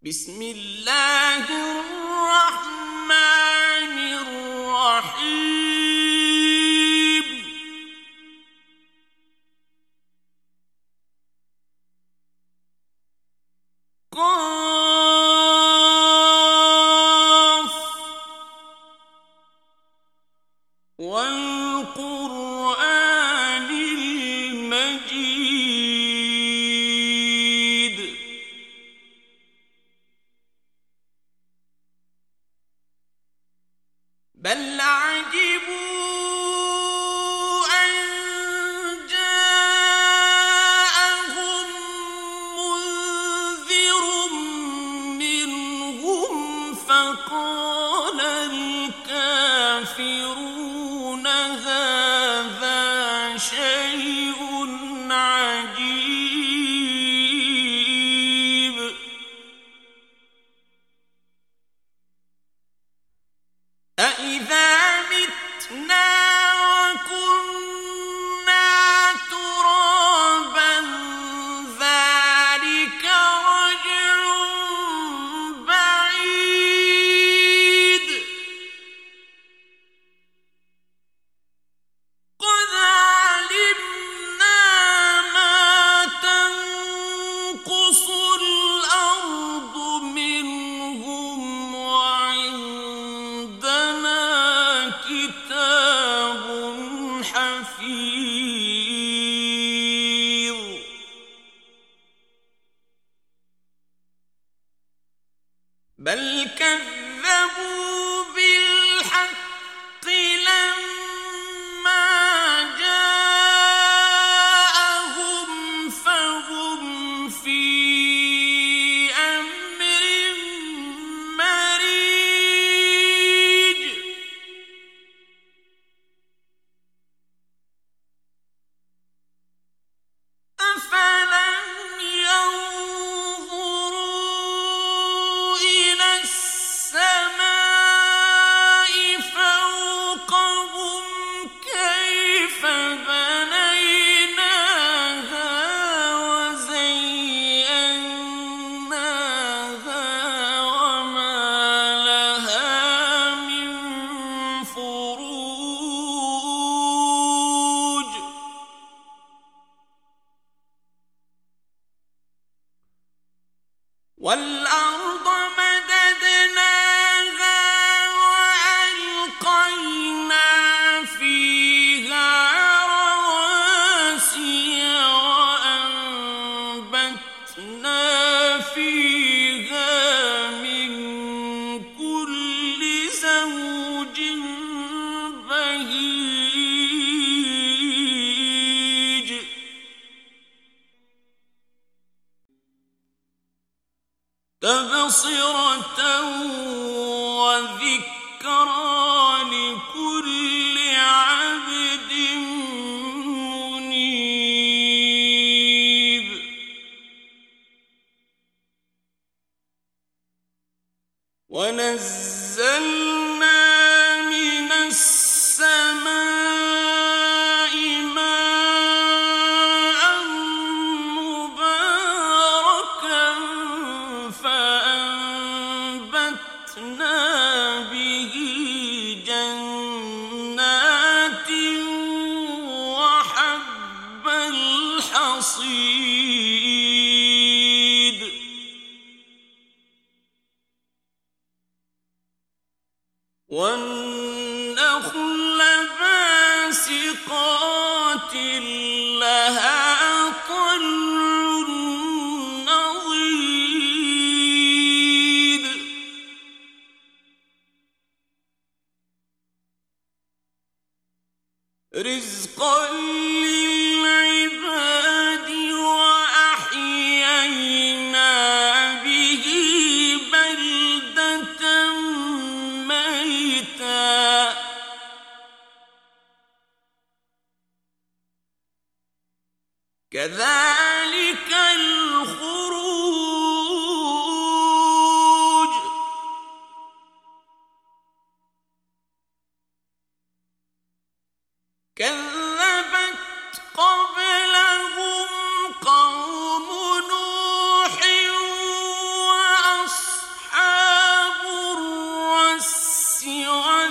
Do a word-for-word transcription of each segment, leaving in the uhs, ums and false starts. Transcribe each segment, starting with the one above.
بسم الله الرحمن الرحيم قاف والقرآن المجيد بل عجبوا أن جاءهم منذر منهم فقال الكافرون هذا شيء عجيب أإذا متنا وكنا ترابا ذلك رجع بعيد قد علمنا ما تنقص الأرض منهم وعندنا كتاب حفيظ بل كذبوا بالحق لما جاءهم فهم في أمر مريج أفلم ينظروا إلى السماء فوقهم كيف بنيناها وزيناها وما لها من فروج والأرض مددناها وألقينا فيها رواسي وأنبتنا فيها من كل زوج بهيج تبصرة وذكرى لكل عبد منيب ونزلنا من السماء ماء مباركا فأنبتنا به جنات وحب الحصيد والنخل باسقات لها طلع نضيد رزقا للعباد وأحيينا به بلدة ميتا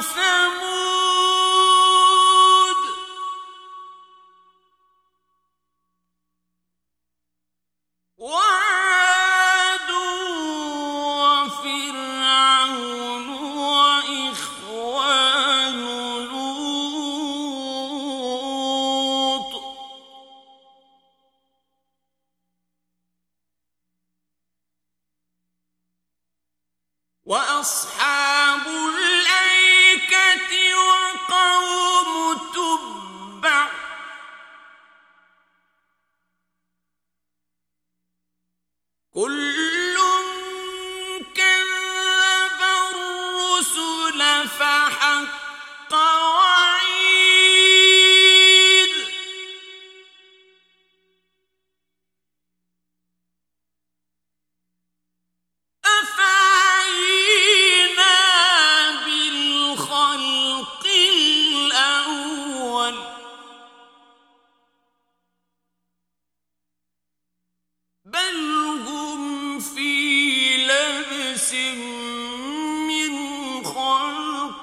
وثمود وعاد وفرعون وإخوان لوط وأصحاب الأيكة وقوم تبع كل كذب الرسل فحق وعيد أفعينا بالخلق الأول بل هم في لبس من خلق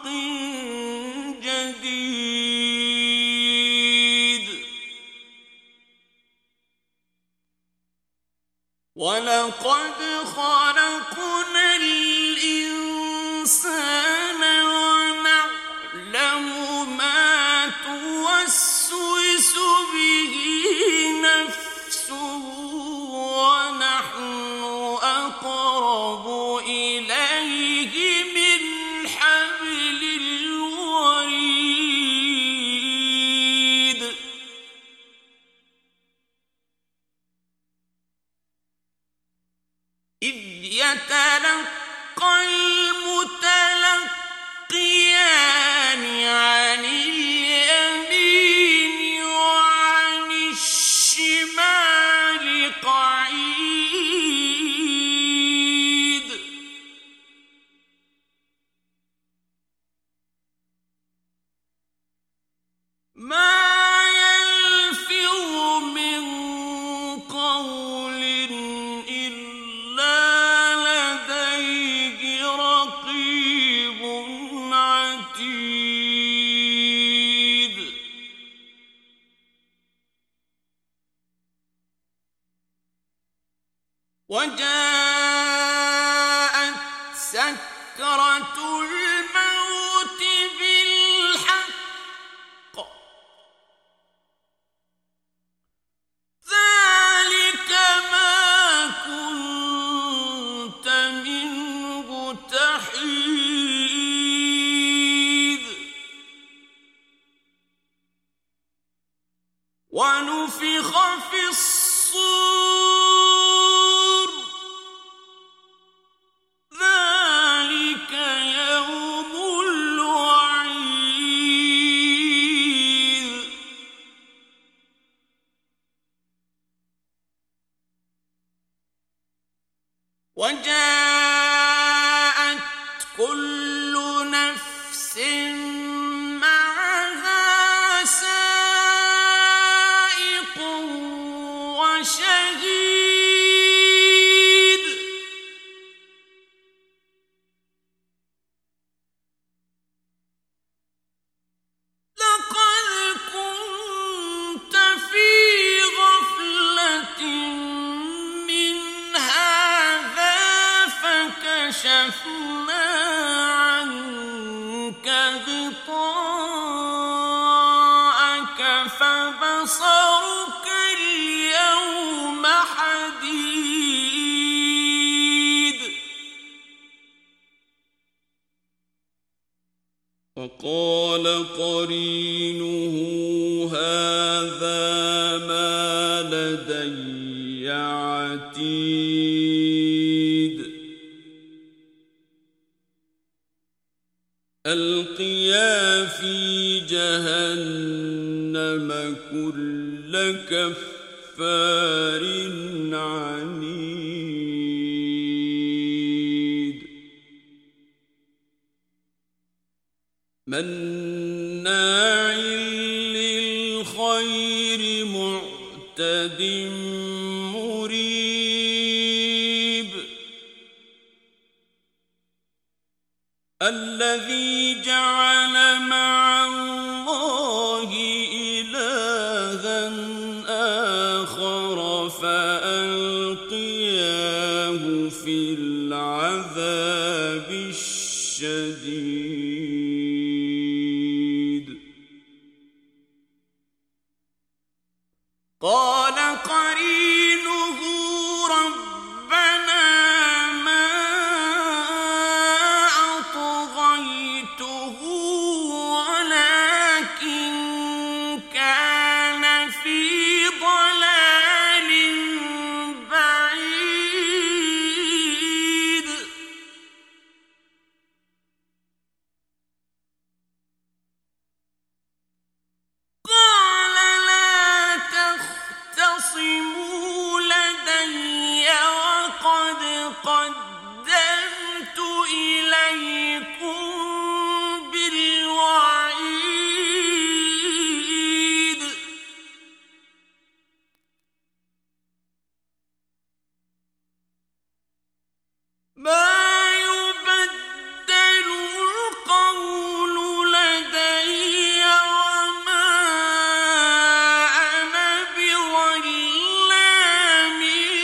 جديد ولقد خلقنا الإنسان ونعلم ما توسوس به نفسه ونحن أقرب إليه من حبل الوريد إذ يتلقى المتلقيان عن اليمين وعن الشمال قعيد ما يلفظ من قول إلا لديه رقيب عتيد وجاءت سكرة الموت بالحق ذلك ما كنت منه تحيد ونفخ في الصور ذلك يوم الوعيد وجاءت كل نفس معها سائق وشهيد لقد كنت في غفلة من هذا فكشفنا عنك غطاءك فبصرك اليوم حديد وقال قرينه هذا ما لدي عتيد ألقيا في جهنم كل كفار عنيد مناع للخير معتد مريب الذي جعل مع الله إلها آخر فألقياه في العذاب الشديد قال قرينه ربنا ما أطغيته ولكن كان في ضلال بعيد قال لا تختصموا لدي وقد قدمت إليكم بالوعيد ما يبدل القول لدي وما أنا بظلام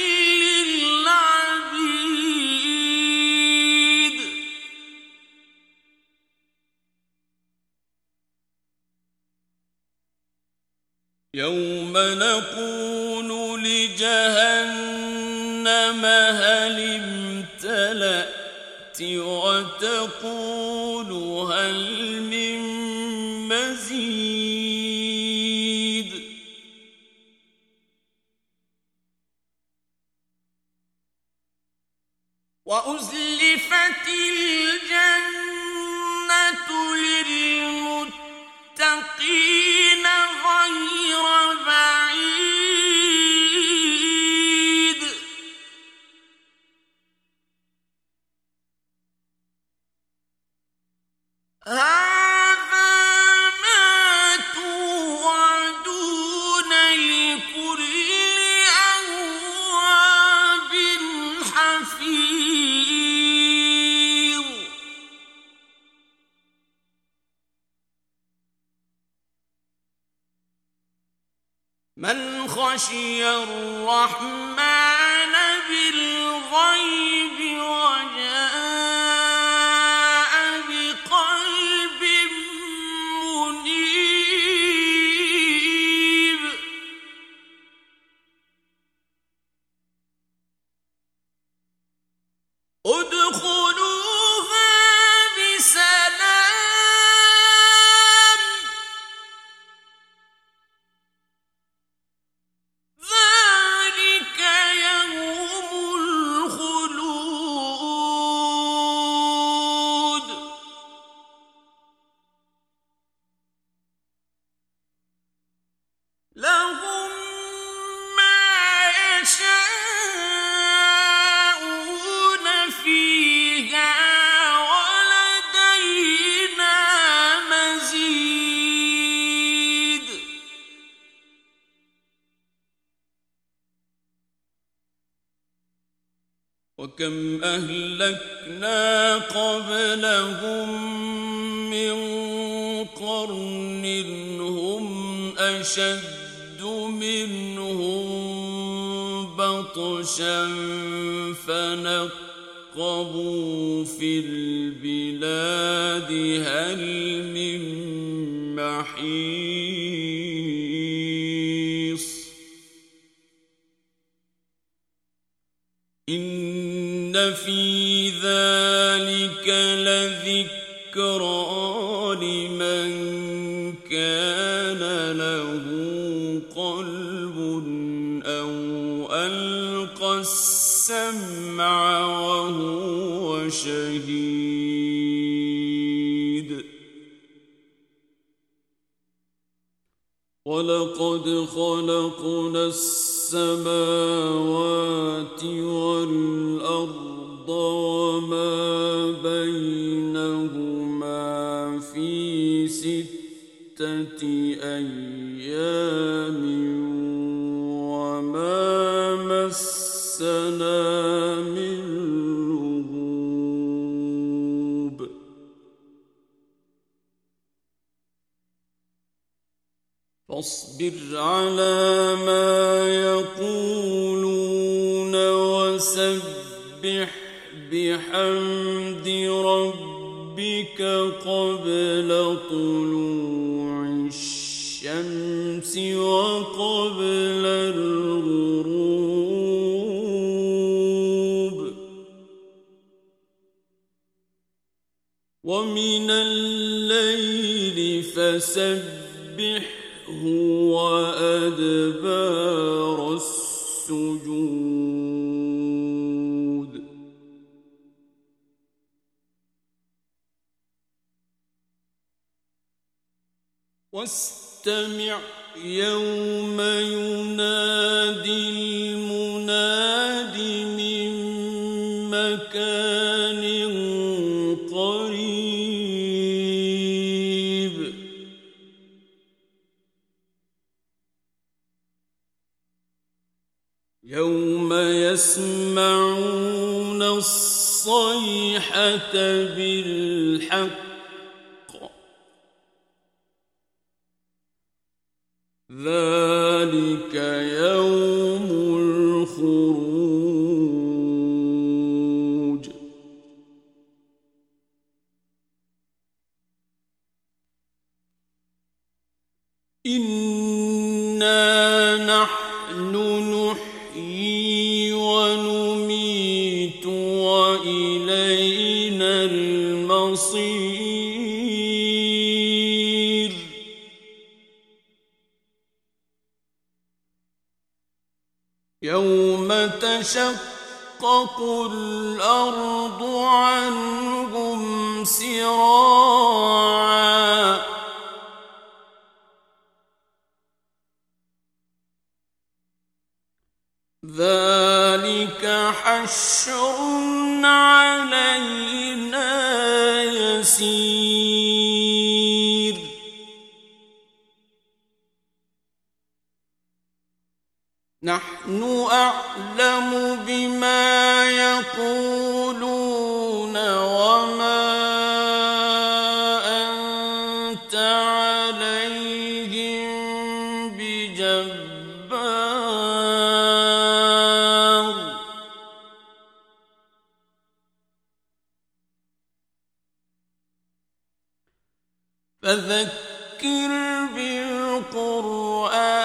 للعبيد يوم نقول لجهنم هل امتلأت وتقول هل من مزيد وأزلفت الجنة للمتقين غير بعيد هذا ما توعدون لكل أواب حفيظ من خشي الرحمن بالغيب وجاء بقلب منيب ادخلوها بسلام ذلك يوم الخلود لهم ما يشاءون فيها ولدينا مزيد وكم أهلكنا قبلهم من قرن هم أشد منهم بطشا فنقبوا في البلاد هل من محيص إن في ذلك لذكرى لمن كان له قلب أو ألقى السمع وهو شهيد ولقد خلقنا السماوات والأرض وما بينهما في ستة أيام وما مسنا من لغوب فاصبر على ما يقولون وسبح بحمد ربك قبل طلوع الشمس وقبل الغروب ومن الليل فسبحه وأدبار السجود واستمع يوم ينادي المناد من مكان قريب يوم يسمعون الصيحة بالحق ذلك يوم الخروج إنا نحن نحيي ونميت وإلينا المصير يوم تشقق الأرض عنهم سراعا ذلك حشر علينا يسير نحن أعلم بما يقولون وما أنت عليهم بجبار فذكر بالقرآن